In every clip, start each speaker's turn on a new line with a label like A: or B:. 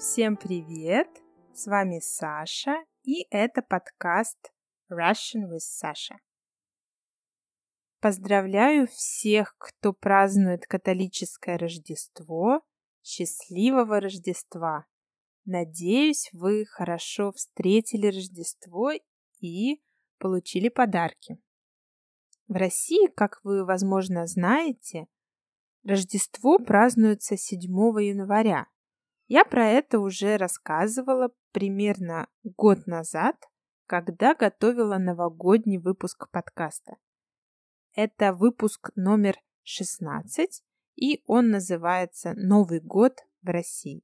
A: Всем привет! С вами Саша, и это подкаст Russian with Sasha. Поздравляю всех, кто празднует католическое Рождество. Счастливого Рождества! Надеюсь, вы хорошо встретили Рождество и получили подарки. В России, как вы, возможно, знаете, Рождество празднуется 7 января. Я про это уже рассказывала примерно год назад, когда готовила новогодний выпуск подкаста. Это выпуск номер 16, и он называется «Новый год в России».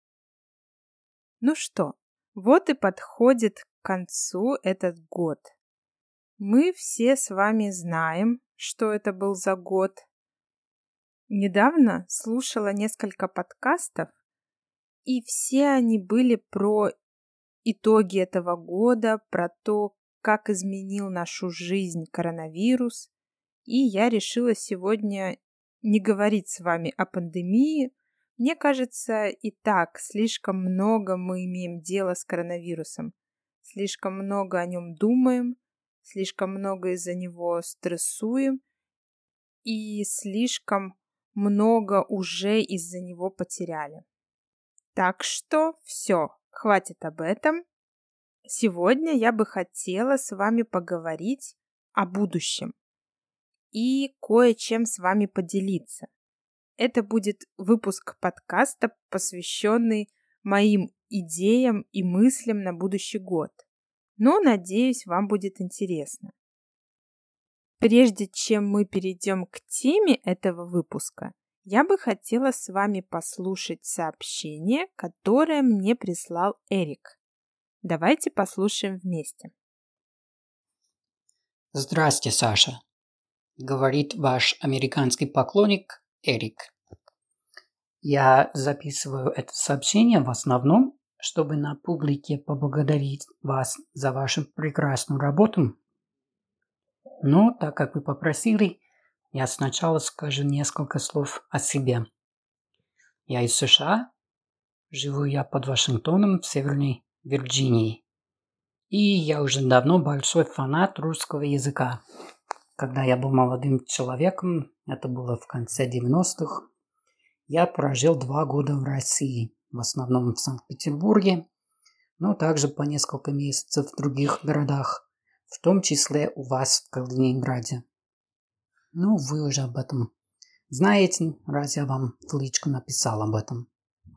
A: Ну что, вот и подходит к концу этот год. Мы все с вами знаем, что это был за год. Недавно слушала несколько подкастов, и все они были про итоги этого года, про то, как изменил нашу жизнь коронавирус. И я решила сегодня не говорить с вами о пандемии. Мне кажется, и так слишком много мы имеем дело с коронавирусом. Слишком много о нем думаем, слишком много из-за него стрессуем и слишком много уже из-за него потеряли. Так что все, хватит об этом. Сегодня я бы хотела с вами поговорить о будущем и кое-чем с вами поделиться. Это будет выпуск подкаста, посвященный моим идеям и мыслям на будущий год. Но, надеюсь, вам будет интересно. Прежде чем мы перейдем к теме этого выпуска, я бы хотела с вами послушать сообщение, которое мне прислал Эрик. Давайте послушаем вместе.
B: Здрасте, Саша. Говорит ваш американский поклонник Эрик. Я записываю это сообщение в основном, чтобы на публике поблагодарить вас за вашу прекрасную работу. Но так как вы попросили, я сначала скажу несколько слов о себе. Я из США, живу я под Вашингтоном в Северной Вирджинии. И я уже давно большой фанат русского языка. Когда я был молодым человеком, это было в конце 90-х, я прожил 2 года в России, в основном в Санкт-Петербурге, но также по несколько месяцев в других городах, в том числе у вас в Калининграде. Ну, вы уже об этом знаете, раз я вам в личку написал об этом.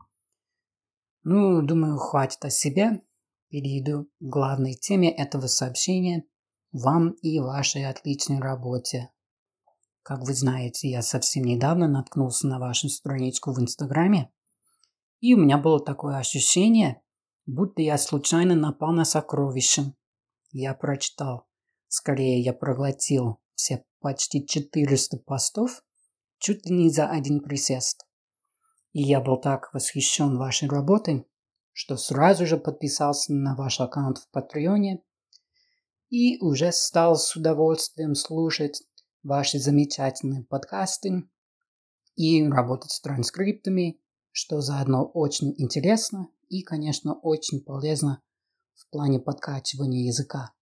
B: Ну, думаю, хватит о себе. Перейду к главной теме этого сообщения – вам и вашей отличной работе. Как вы знаете, я совсем недавно наткнулся на вашу страничку в Инстаграме, и у меня было такое ощущение, будто я случайно напал на сокровище. Я прочитал, скорее я проглотил все почти 400 постов чуть ли не за один присест. И я был так восхищен вашей работой, что сразу же подписался на ваш аккаунт в Патреоне и уже стал с удовольствием слушать ваши замечательные подкасты и работать с транскриптами, что заодно очень интересно и, конечно, очень полезно в плане подкачивания языка.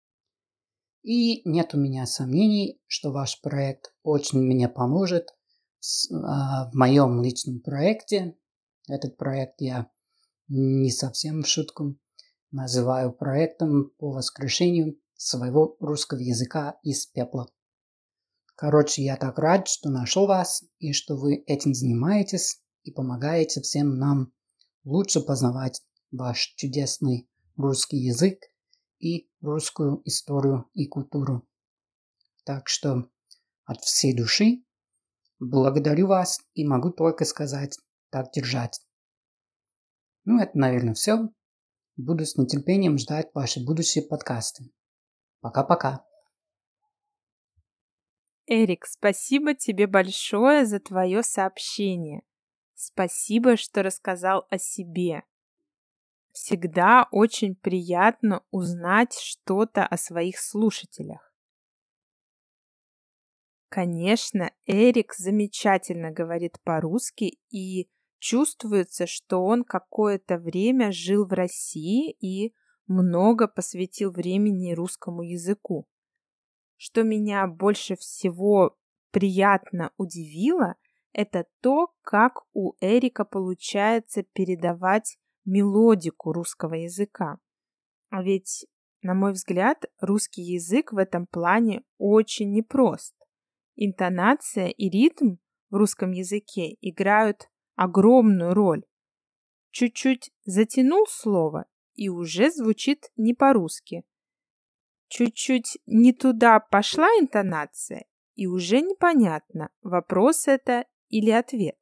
B: И нет у меня сомнений, что ваш проект очень мне поможет в моем личном проекте. Этот проект я не совсем в шутку называю проектом по воскрешению своего русского языка из пепла. Короче, я так рад, что нашел вас и что вы этим занимаетесь и помогаете всем нам лучше познавать ваш чудесный русский язык и русскую историю и культуру. Так что от всей души благодарю вас и могу только сказать так держать. Ну, это, наверное, все. Буду с нетерпением ждать ваши будущие подкасты. Пока-пока.
A: Эрик, спасибо тебе большое за твое сообщение. Спасибо, что рассказал о себе. Всегда очень приятно узнать что-то о своих слушателях. Конечно, Эрик замечательно говорит по-русски, и чувствуется, что он какое-то время жил в России и много посвятил времени русскому языку. Что меня больше всего приятно удивило, это то, как у Эрика получается передавать мелодику русского языка. А ведь, на мой взгляд, русский язык в этом плане очень непрост. Интонация и ритм в русском языке играют огромную роль. Чуть-чуть затянул слово, и уже звучит не по-русски. Чуть-чуть не туда пошла интонация, и уже непонятно, вопрос это или ответ.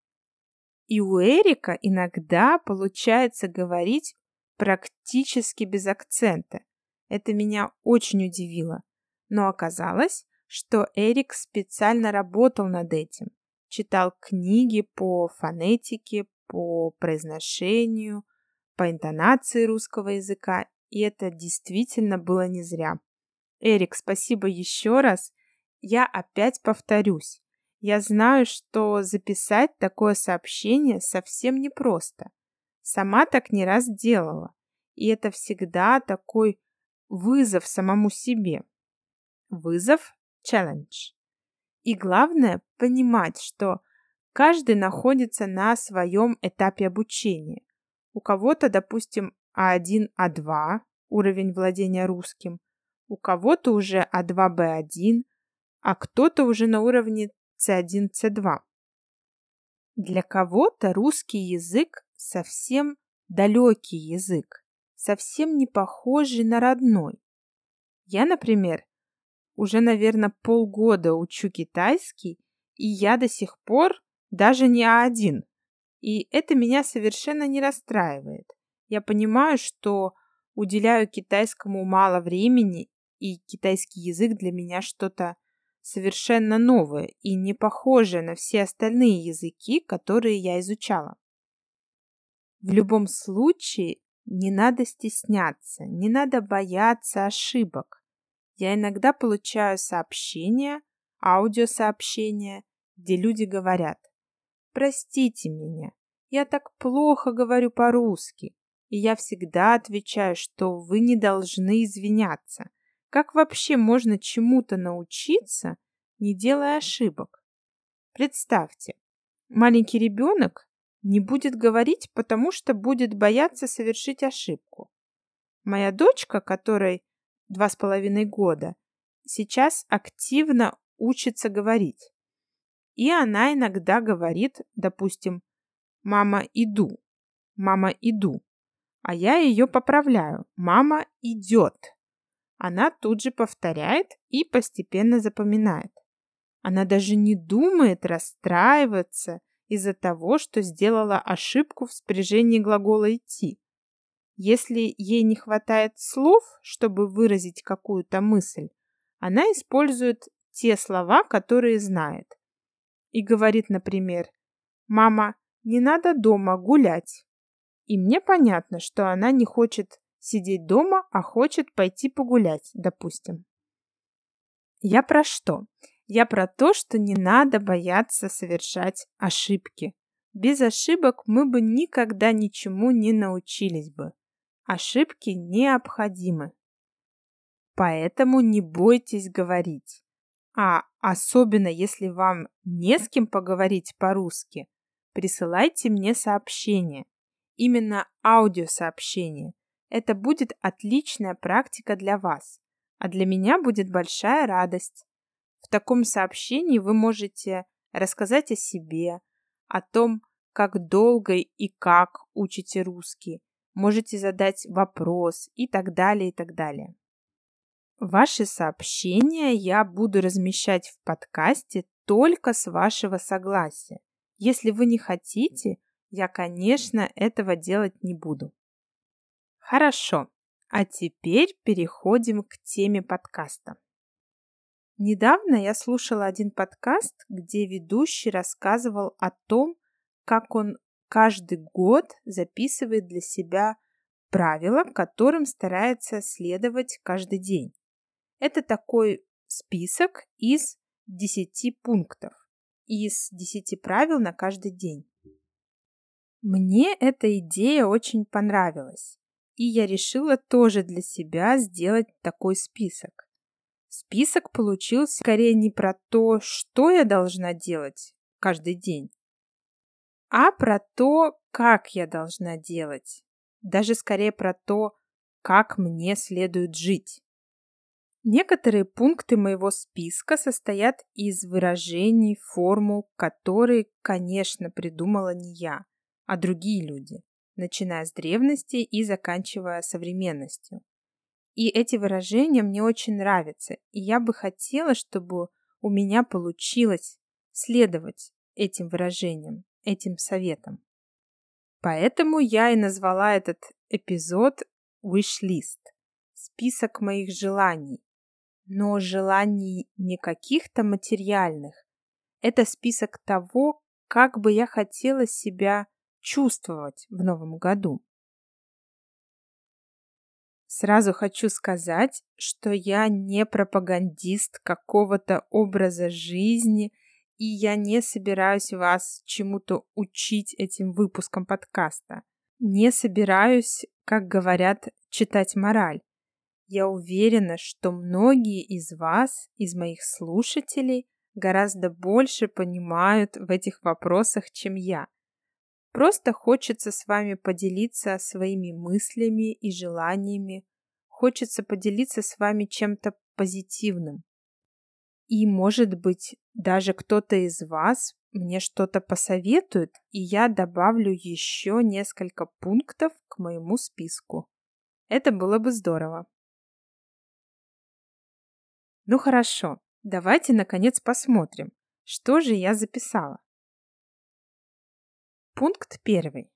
A: И у Эрика иногда получается говорить практически без акцента. Это меня очень удивило. Но оказалось, что Эрик специально работал над этим. Читал книги по фонетике, по произношению, по интонации русского языка, и это действительно было не зря. Эрик, спасибо еще раз. Я опять повторюсь. Я знаю, что записать такое сообщение совсем непросто. Сама так не раз делала. И это всегда такой вызов самому себе. Вызов, челлендж. И главное понимать, что каждый находится на своем этапе обучения. У кого-то, допустим, А1, А2, уровень владения русским, у кого-то уже А2, Б1, а кто-то уже на уровне С1, С2. Для кого-то русский язык совсем далекий язык, совсем не похожий на родной. Я, например, уже, наверное, полгода учу китайский, и я до сих пор даже не А1. И это меня совершенно не расстраивает. Я понимаю, что уделяю китайскому мало времени, и китайский язык для меня что-то совершенно новое и не похожее на все остальные языки, которые я изучала. В любом случае, не надо стесняться, не надо бояться ошибок. Я иногда получаю сообщения, аудиосообщения, где люди говорят: «Простите меня, я так плохо говорю по-русски». И я всегда отвечаю, что вы не должны извиняться. Как вообще можно чему-то научиться, не делая ошибок? Представьте, маленький ребенок не будет говорить, потому что будет бояться совершить ошибку. Моя дочка, которой 2,5 года, сейчас активно учится говорить. И она иногда говорит, допустим, «Мама, иду», «Мама, иду», а я ее поправляю, «Мама, идет». Она тут же повторяет и постепенно запоминает. Она даже не думает расстраиваться из-за того, что сделала ошибку в спряжении глагола «идти». Если ей не хватает слов, чтобы выразить какую-то мысль, она использует те слова, которые знает. И говорит, например, «Мама, не надо дома гулять». И мне понятно, что она не хочет сидеть дома, а хочет пойти погулять, допустим. Я про что? Я про то, что не надо бояться совершать ошибки. Без ошибок мы бы никогда ничему не научились бы. Ошибки необходимы. Поэтому не бойтесь говорить. А особенно если вам не с кем поговорить по-русски, присылайте мне сообщение. Именно аудиосообщение. Это будет отличная практика для вас. А для меня будет большая радость. В таком сообщении вы можете рассказать о себе, о том, как долго и как учите русский, можете задать вопрос и так далее, и так далее. Ваши сообщения я буду размещать в подкасте только с вашего согласия. Если вы не хотите, я, конечно, этого делать не буду. Хорошо, а теперь переходим к теме подкаста. Недавно я слушала один подкаст, где ведущий рассказывал о том, как он каждый год записывает для себя правила, которым старается следовать каждый день. Это такой список из 10 пунктов, из 10 правил на каждый день. Мне эта идея очень понравилась, и я решила тоже для себя сделать такой список. Список получился скорее не про то, что я должна делать каждый день, а про то, как я должна делать. Даже скорее про то, как мне следует жить. Некоторые пункты моего списка состоят из выражений, формул, которые, конечно, придумала не я, а другие люди, начиная с древности и заканчивая современностью. И эти выражения мне очень нравятся, и я бы хотела, чтобы у меня получилось следовать этим выражениям, этим советам. Поэтому я и назвала этот эпизод Wish List – список моих желаний. Но желаний не каких-то материальных. Это список того, как бы я хотела себя чувствовать в новом году. Сразу хочу сказать, что я не пропагандист какого-то образа жизни, и я не собираюсь вас чему-то учить этим выпуском подкаста. Не собираюсь, как говорят, читать мораль. Я уверена, что многие из вас, из моих слушателей, гораздо больше понимают в этих вопросах, чем я. Просто хочется с вами поделиться своими мыслями и желаниями. Хочется поделиться с вами чем-то позитивным. И, может быть, даже кто-то из вас мне что-то посоветует, и я добавлю еще несколько пунктов к моему списку. Это было бы здорово. Ну хорошо, давайте наконец посмотрим, что же я записала. Пункт 1.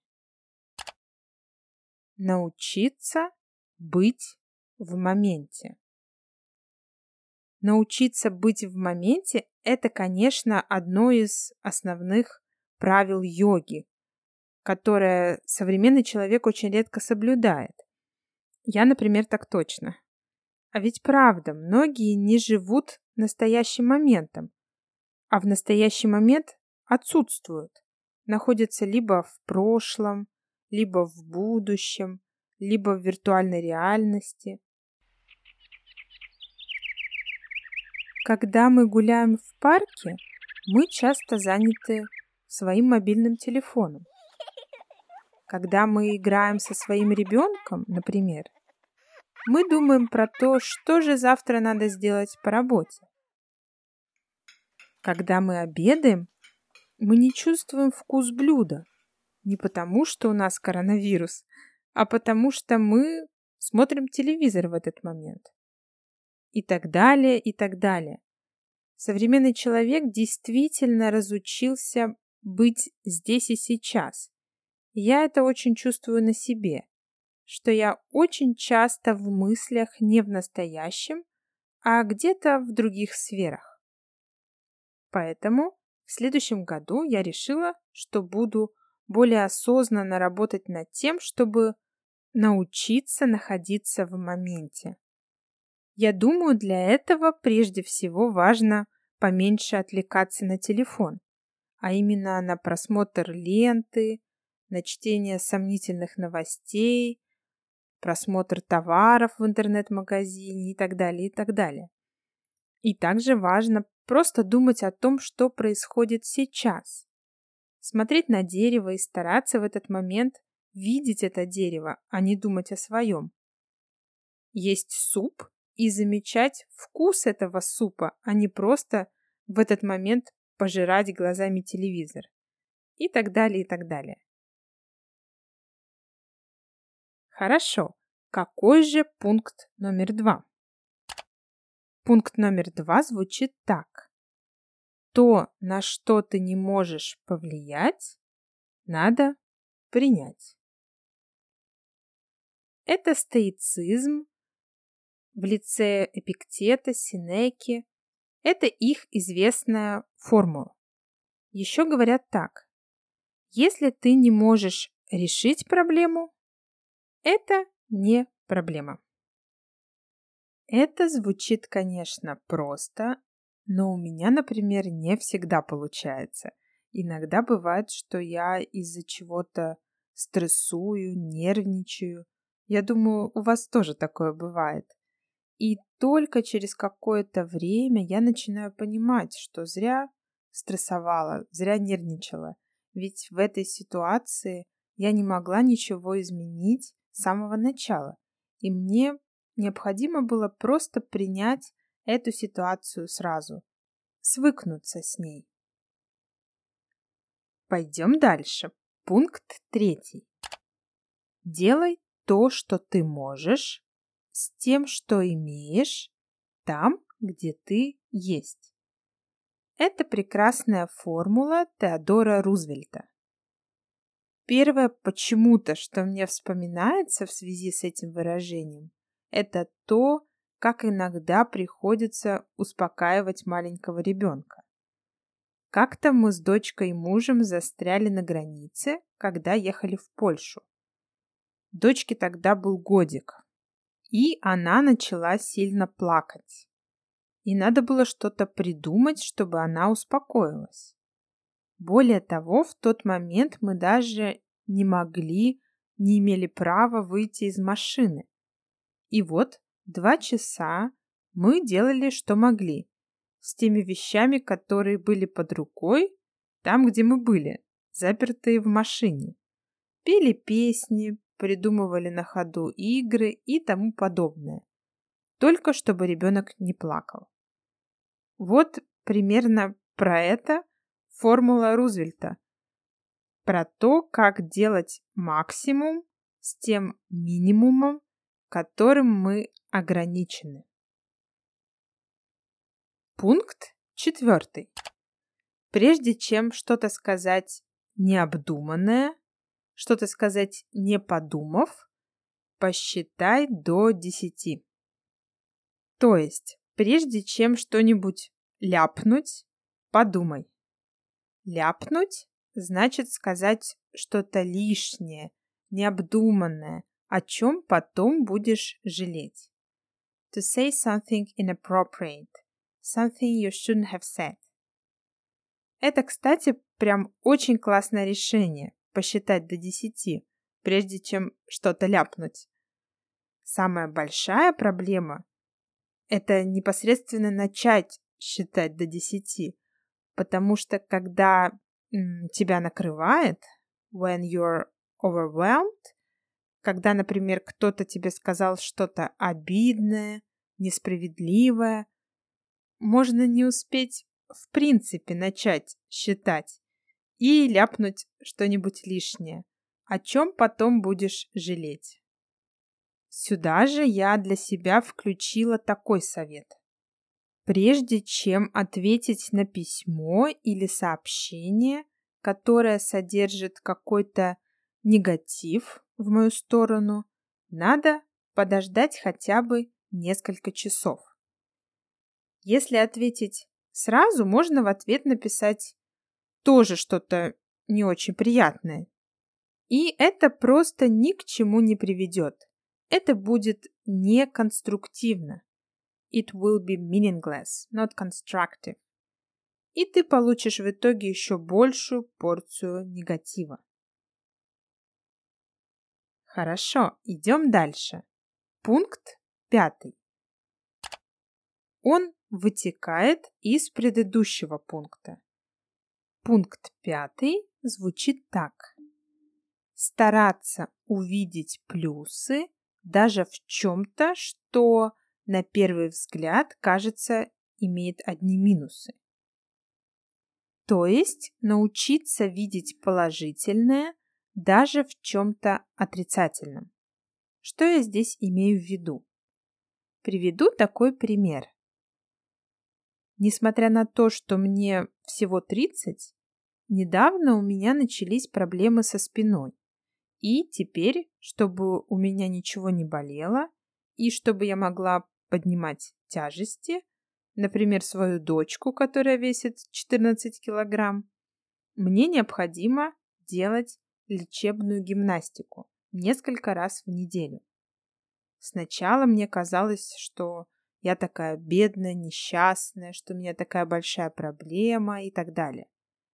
A: Научиться быть в моменте. Научиться быть в моменте – это, конечно, одно из основных правил йоги, которое современный человек очень редко соблюдает. Я, например, так точно. А ведь правда, многие не живут настоящим моментом, а в настоящий момент отсутствуют. Находятся либо в прошлом, либо в будущем, либо в виртуальной реальности. Когда мы гуляем в парке, мы часто заняты своим мобильным телефоном. Когда мы играем со своим ребенком, например, мы думаем про то, что же завтра надо сделать по работе. Когда мы обедаем, мы не чувствуем вкус блюда. Не потому, что у нас коронавирус, а потому, что мы смотрим телевизор в этот момент. И так далее, и так далее. Современный человек действительно разучился быть здесь и сейчас. Я это очень чувствую на себе, что я очень часто в мыслях не в настоящем, а где-то в других сферах. Поэтому в следующем году я решила, что буду более осознанно работать над тем, чтобы научиться находиться в моменте. Я думаю, для этого прежде всего важно поменьше отвлекаться на телефон, а именно на просмотр ленты, на чтение сомнительных новостей, просмотр товаров в интернет-магазине и так далее, и так далее. И также важно просто думать о том, что происходит сейчас. Смотреть на дерево и стараться в этот момент видеть это дерево, а не думать о своем. Есть суп и замечать вкус этого супа, а не просто в этот момент пожирать глазами телевизор. И так далее, и так далее. Хорошо. Какой же пункт номер 2? Пункт номер 2 звучит так. То, на что ты не можешь повлиять, надо принять. Это стоицизм в лице Эпиктета, Сенеки. Это их известная формула. Еще говорят так. Если ты не можешь решить проблему, это не проблема. Это звучит, конечно, просто, но у меня, например, не всегда получается. Иногда бывает, что я из-за чего-то стрессую, нервничаю. Я думаю, у вас тоже такое бывает. И только через какое-то время я начинаю понимать, что зря стрессовала, зря нервничала. Ведь в этой ситуации я не могла ничего изменить с самого начала. И мне необходимо было просто принять эту ситуацию сразу, свыкнуться с ней. Пойдем дальше. Пункт 3. Делай то, что ты можешь, с тем, что имеешь, там, где ты есть. Это прекрасная формула Теодора Рузвельта. Первое почему-то, что мне вспоминается в связи с этим выражением, это то, как иногда приходится успокаивать маленького ребенка. Как-то мы с дочкой и мужем застряли на границе, когда ехали в Польшу. Дочке тогда был годик, и она начала сильно плакать. И надо было что-то придумать, чтобы она успокоилась. Более того, в тот момент мы даже не имели права выйти из машины. И вот 2 часа мы делали, что могли, с теми вещами, которые были под рукой, там, где мы были, запертые в машине. Пели песни, придумывали на ходу игры и тому подобное. Только чтобы ребенок не плакал. Вот примерно про это формула Рузвельта. Про то, как делать максимум с тем минимумом, которым мы ограничены. Пункт 4. Прежде чем что-то сказать необдуманное, что-то сказать не подумав, посчитай до 10. То есть, прежде чем что-нибудь ляпнуть, подумай. Ляпнуть значит сказать что-то лишнее, необдуманное, о чем потом будешь жалеть. To say something inappropriate, something you shouldn't have said. Это, кстати, прям очень классное решение – посчитать до 10, прежде чем что-то ляпнуть. Самая большая проблема – это непосредственно начать считать до 10, потому что когда тебя накрывает, when you're overwhelmed, когда, например, кто-то тебе сказал что-то обидное, несправедливое, можно не успеть в принципе начать считать и ляпнуть что-нибудь лишнее, о чем потом будешь жалеть. Сюда же я для себя включила такой совет. Прежде чем ответить на письмо или сообщение, которое содержит какой-то негатив в мою сторону, надо подождать хотя бы несколько часов. Если ответить сразу, можно в ответ написать тоже что-то не очень приятное. И это просто ни к чему не приведет. Это будет неконструктивно. It will be meaningless, not constructive. И ты получишь в итоге еще большую порцию негатива. Хорошо, идем дальше. Пункт 5. Он вытекает из предыдущего пункта. Пункт 5 звучит так. Стараться увидеть плюсы даже в чем-то, что на первый взгляд, кажется, имеет одни минусы. То есть научиться видеть положительное даже в чем-то отрицательном. Что я здесь имею в виду? Приведу такой пример. Несмотря на то, что мне всего 30, недавно у меня начались проблемы со спиной. И теперь, чтобы у меня ничего не болело, и чтобы я могла поднимать тяжести, например, свою дочку, которая весит 14 килограмм, мне необходимо делать лечебную гимнастику несколько раз в неделю. Сначала мне казалось, что я такая бедная, несчастная, что у меня такая большая проблема и так далее.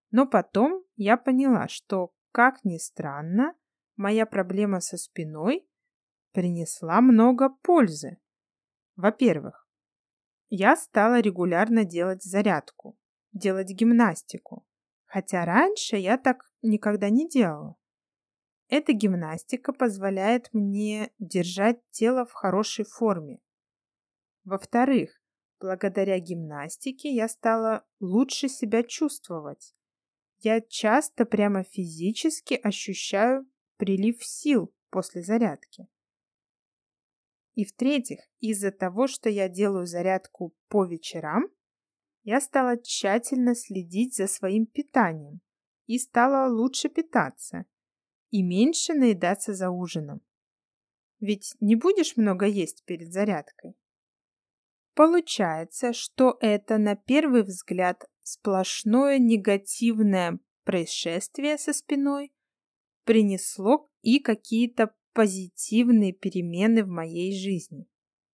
A: Но потом я поняла, что, как ни странно, моя проблема со спиной принесла много пользы. Во-первых, я стала регулярно делать зарядку, делать гимнастику, хотя раньше я так никогда не делала. Эта гимнастика позволяет мне держать тело в хорошей форме. Во-вторых, благодаря гимнастике я стала лучше себя чувствовать. Я часто прямо физически ощущаю прилив сил после зарядки. И в-третьих, из-за того, что я делаю зарядку по вечерам, я стала тщательно следить за своим питанием и стала лучше питаться и меньше наедаться за ужином. Ведь не будешь много есть перед зарядкой. Получается, что это на первый взгляд сплошное негативное происшествие со спиной принесло и какие-то позитивные перемены в моей жизни.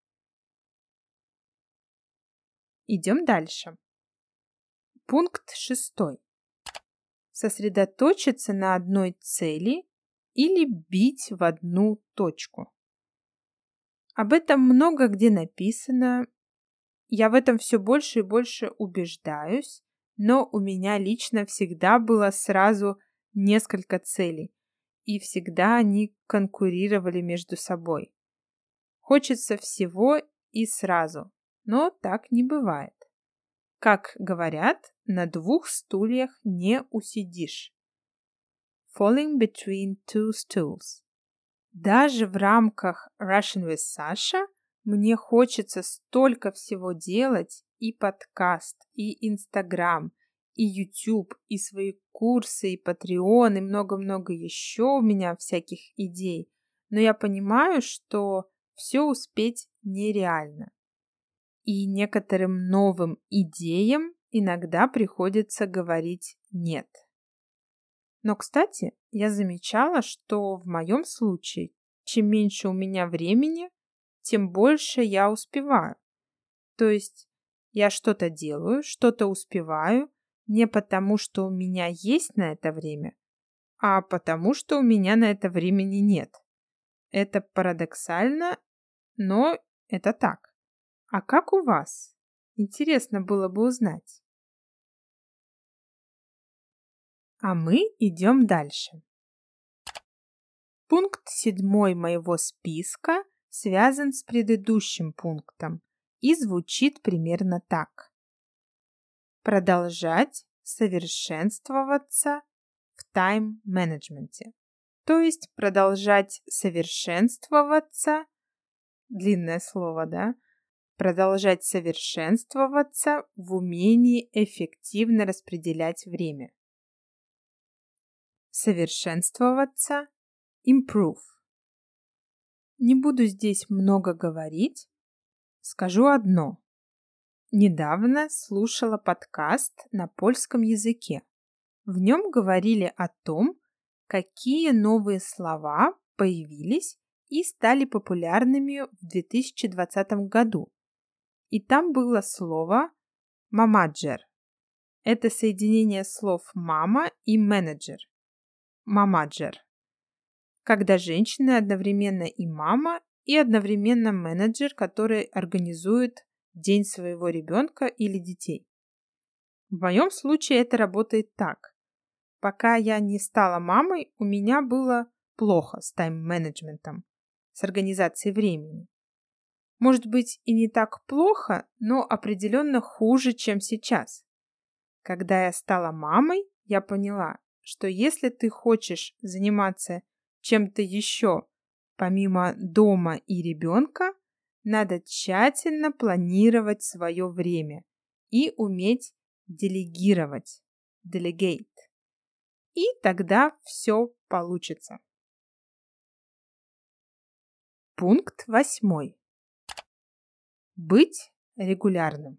A: Идем дальше. Пункт 6. Сосредоточиться на одной цели или бить в одну точку. Об этом много где написано. Я в этом все больше и больше убеждаюсь, но у меня лично всегда было сразу несколько целей, и всегда они конкурировали между собой. Хочется всего и сразу, но так не бывает. Как говорят, на двух стульях не усидишь. Falling between two stools. Даже в рамках Russian with Sasha мне хочется столько всего делать: и подкаст, и Инстаграм, и YouTube, и свои курсы, и Patreon, и много-много еще у меня всяких идей. Но я понимаю, что все успеть нереально. И некоторым новым идеям иногда приходится говорить «нет». Но, кстати, я замечала, что в моем случае, чем меньше у меня времени, тем больше я успеваю. То есть я что-то делаю, что-то успеваю не потому, что у меня есть на это время, а потому, что у меня на это времени нет. Это парадоксально, но это так. А как у вас? Интересно было бы узнать. А мы идем дальше. Пункт 7 моего списка связан с предыдущим пунктом и звучит примерно так. Продолжать совершенствоваться в тайм-менеджменте. То есть продолжать совершенствоваться, длинное слово, да? Продолжать совершенствоваться в умении эффективно распределять время. Совершенствоваться, improve. Не буду здесь много говорить, скажу одно. Недавно слушала подкаст на польском языке. В нем говорили о том, какие новые слова появились и стали популярными в 2020 году. И там было слово «мамаджер». Это соединение слов «мама» и «менеджер». Мамаджер. Когда женщина одновременно и мама, и одновременно менеджер, который организует день своего ребенка или детей. В моем случае это работает так. Пока я не стала мамой, у меня было плохо с тайм-менеджментом, с организацией времени. Может быть, и не так плохо, но определенно хуже, чем сейчас. Когда я стала мамой, я поняла, что если ты хочешь заниматься чем-то еще, помимо дома и ребенка, надо тщательно планировать свое время и уметь делегировать. Delegate. И тогда все получится. Пункт 8. Быть регулярным.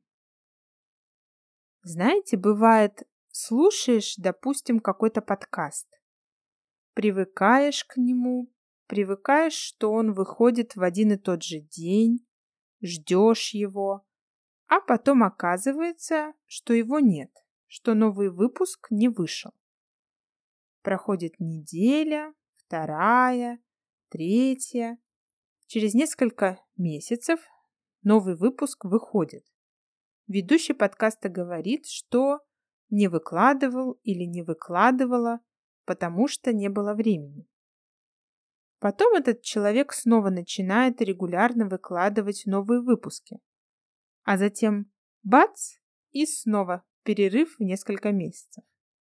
A: Знаете, бывает, слушаешь, допустим, какой-то подкаст, привыкаешь к нему, привыкаешь, что он выходит в один и тот же день, ждешь его, а потом оказывается, что его нет, что новый выпуск не вышел. Проходит неделя, вторая, третья. Через несколько месяцев новый выпуск выходит. Ведущий подкаста говорит, что не выкладывал или не выкладывала, потому что не было времени. Потом этот человек снова начинает регулярно выкладывать новые выпуски. А затем бац, и снова перерыв в несколько месяцев.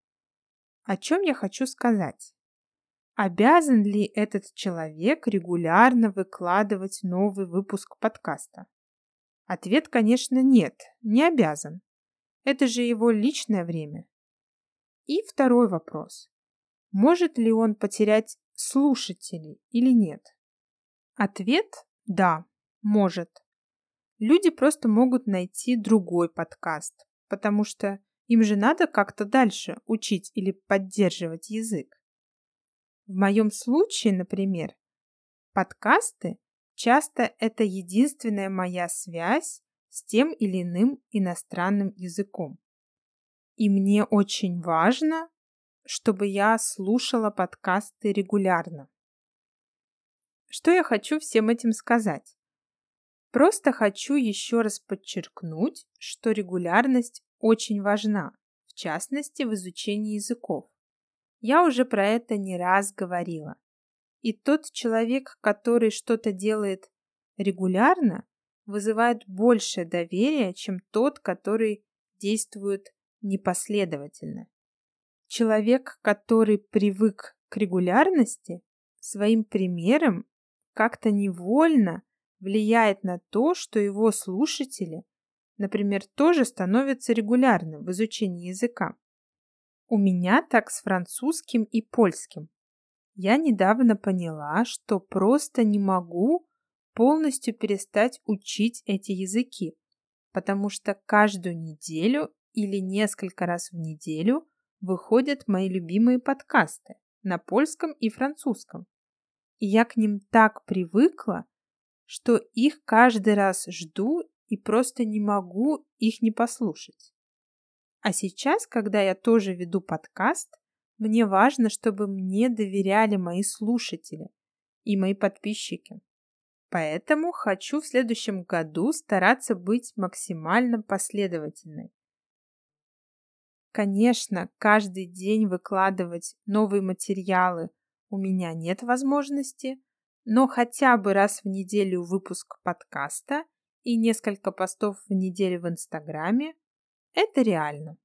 A: О чем я хочу сказать? Обязан ли этот человек регулярно выкладывать новый выпуск подкаста? Ответ, конечно, нет, не обязан. Это же его личное время. И второй вопрос. Может ли он потерять слушателей или нет? Ответ – да, может. Люди просто могут найти другой подкаст, потому что им же надо как-то дальше учить или поддерживать язык. В моем случае, например, подкасты часто это единственная моя связь с тем или иным иностранным языком. И мне очень важно, чтобы я слушала подкасты регулярно. Что я хочу всем этим сказать? Просто хочу еще раз подчеркнуть, что регулярность очень важна, в частности в изучении языков. Я уже про это не раз говорила. И тот человек, который что-то делает регулярно, вызывает большее доверие, чем тот, который действует непоследовательно. Человек, который привык к регулярности, своим примером как-то невольно влияет на то, что его слушатели, например, тоже становятся регулярны в изучении языка. У меня так с французским и польским. Я недавно поняла, что просто не могу полностью перестать учить эти языки, потому что каждую неделю или несколько раз в неделю выходят мои любимые подкасты на польском и французском. И я к ним так привыкла, что их каждый раз жду и просто не могу их не послушать. А сейчас, когда я тоже веду подкаст, мне важно, чтобы мне доверяли мои слушатели и мои подписчики. Поэтому хочу в следующем году стараться быть максимально последовательной. Конечно, каждый день выкладывать новые материалы у меня нет возможности, но хотя бы раз в неделю выпуск подкаста и несколько постов в неделю в Инстаграме – это реально.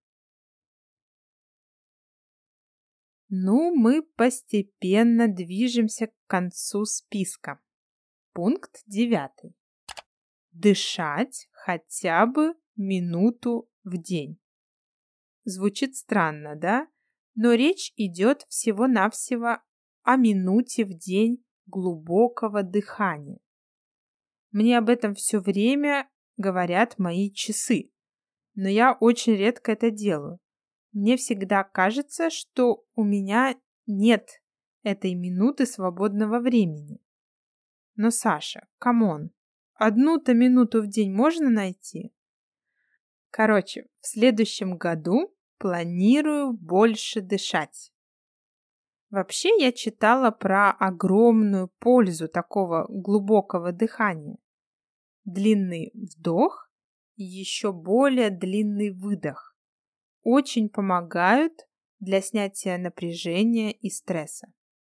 A: Ну, мы постепенно движемся к концу списка. Пункт 9. Дышать хотя бы минуту в день. Звучит странно, да? Но речь идет всего-навсего о минуте в день глубокого дыхания. Мне об этом все время говорят мои часы, но я очень редко это делаю. Мне всегда кажется, что у меня нет этой минуты свободного времени. Но, Саша, камон, одну-то минуту в день можно найти? Короче, в следующем году планирую больше дышать. Вообще я читала про огромную пользу такого глубокого дыхания. Длинный вдох и еще более длинный выдох очень помогают для снятия напряжения и стресса.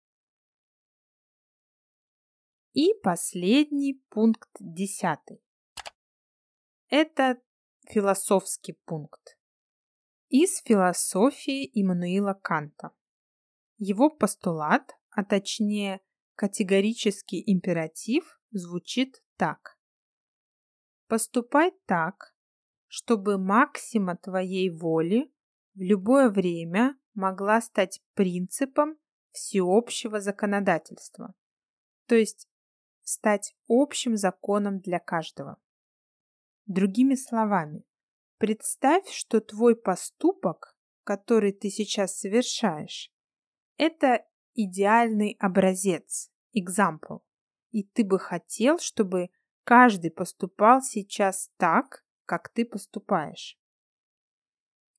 A: И последний пункт 10. Это философский пункт. Из философии Иммануила Канта. Его постулат, а точнее категорический императив, звучит так. Поступай так, чтобы максима твоей воли в любое время могла стать принципом всеобщего законодательства, то есть стать общим законом для каждого. Другими словами, представь, что твой поступок, который ты сейчас совершаешь, это идеальный образец, example, и ты бы хотел, чтобы каждый поступал сейчас так, как ты поступаешь.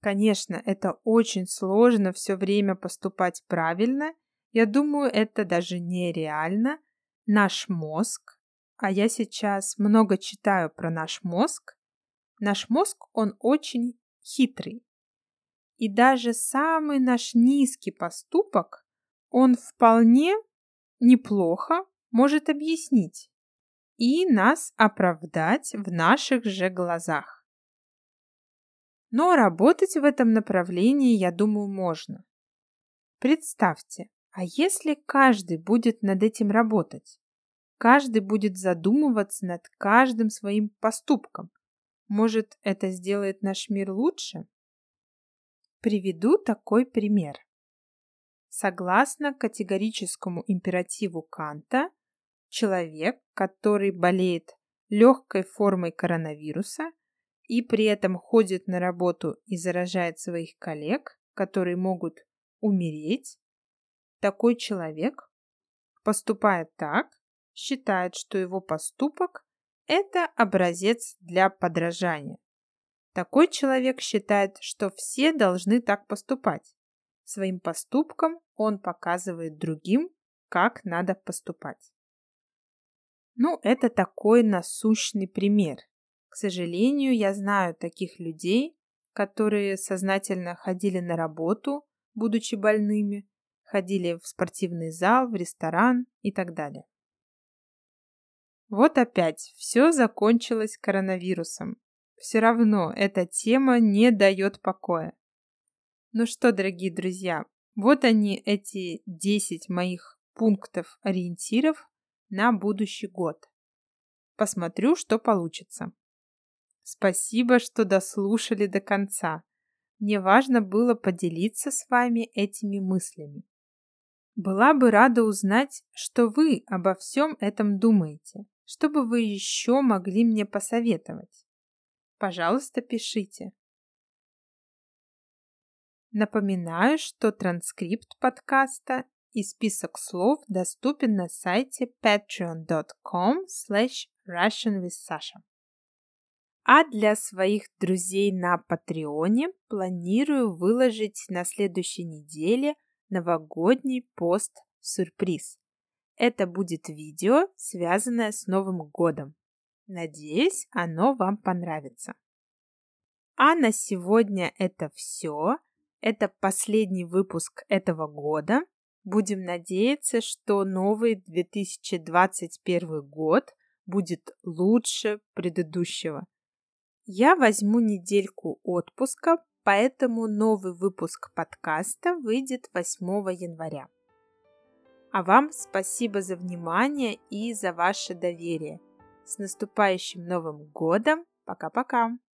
A: Конечно, это очень сложно все время поступать правильно. Я думаю, это даже нереально. Наш мозг, а я сейчас много читаю про наш мозг, он очень хитрый. И даже самый наш низкий поступок, он вполне неплохо может объяснить и нас оправдать в наших же глазах. Но работать в этом направлении, я думаю, можно. Представьте, а если каждый будет над этим работать? Каждый будет задумываться над каждым своим поступком. Может, это сделает наш мир лучше? Приведу такой пример. Согласно категорическому императиву Канта, человек, который болеет легкой формой коронавируса и при этом ходит на работу и заражает своих коллег, которые могут умереть, такой человек поступает так, считает, что его поступок – это образец для подражания. Такой человек считает, что все должны так поступать. Своим поступком он показывает другим, как надо поступать. Ну, это такой насущный пример. К сожалению, я знаю таких людей, которые сознательно ходили на работу, будучи больными, ходили в спортивный зал, в ресторан и так далее. Вот опять все закончилось коронавирусом. Все равно эта тема не дает покоя. Ну что, дорогие друзья, вот они, эти 10 моих пунктов-ориентиров на будущий год. Посмотрю, что получится. Спасибо, что дослушали до конца. Мне важно было поделиться с вами этими мыслями. Была бы рада узнать, что вы обо всем этом думаете, что бы вы еще могли мне посоветовать. Пожалуйста, пишите. Напоминаю, что транскрипт подкаста и список слов доступен на сайте patreon.com/russianwithsasha. А для своих друзей на Патреоне планирую выложить на следующей неделе новогодний пост-сюрприз. Это будет видео, связанное с Новым годом. Надеюсь, оно вам понравится. А на сегодня это все. Это последний выпуск этого года. Будем надеяться, что новый 2021 год будет лучше предыдущего. Я возьму недельку отпуска, поэтому новый выпуск подкаста выйдет 8 января. А вам спасибо за внимание и за ваше доверие. С наступающим Новым годом! Пока-пока!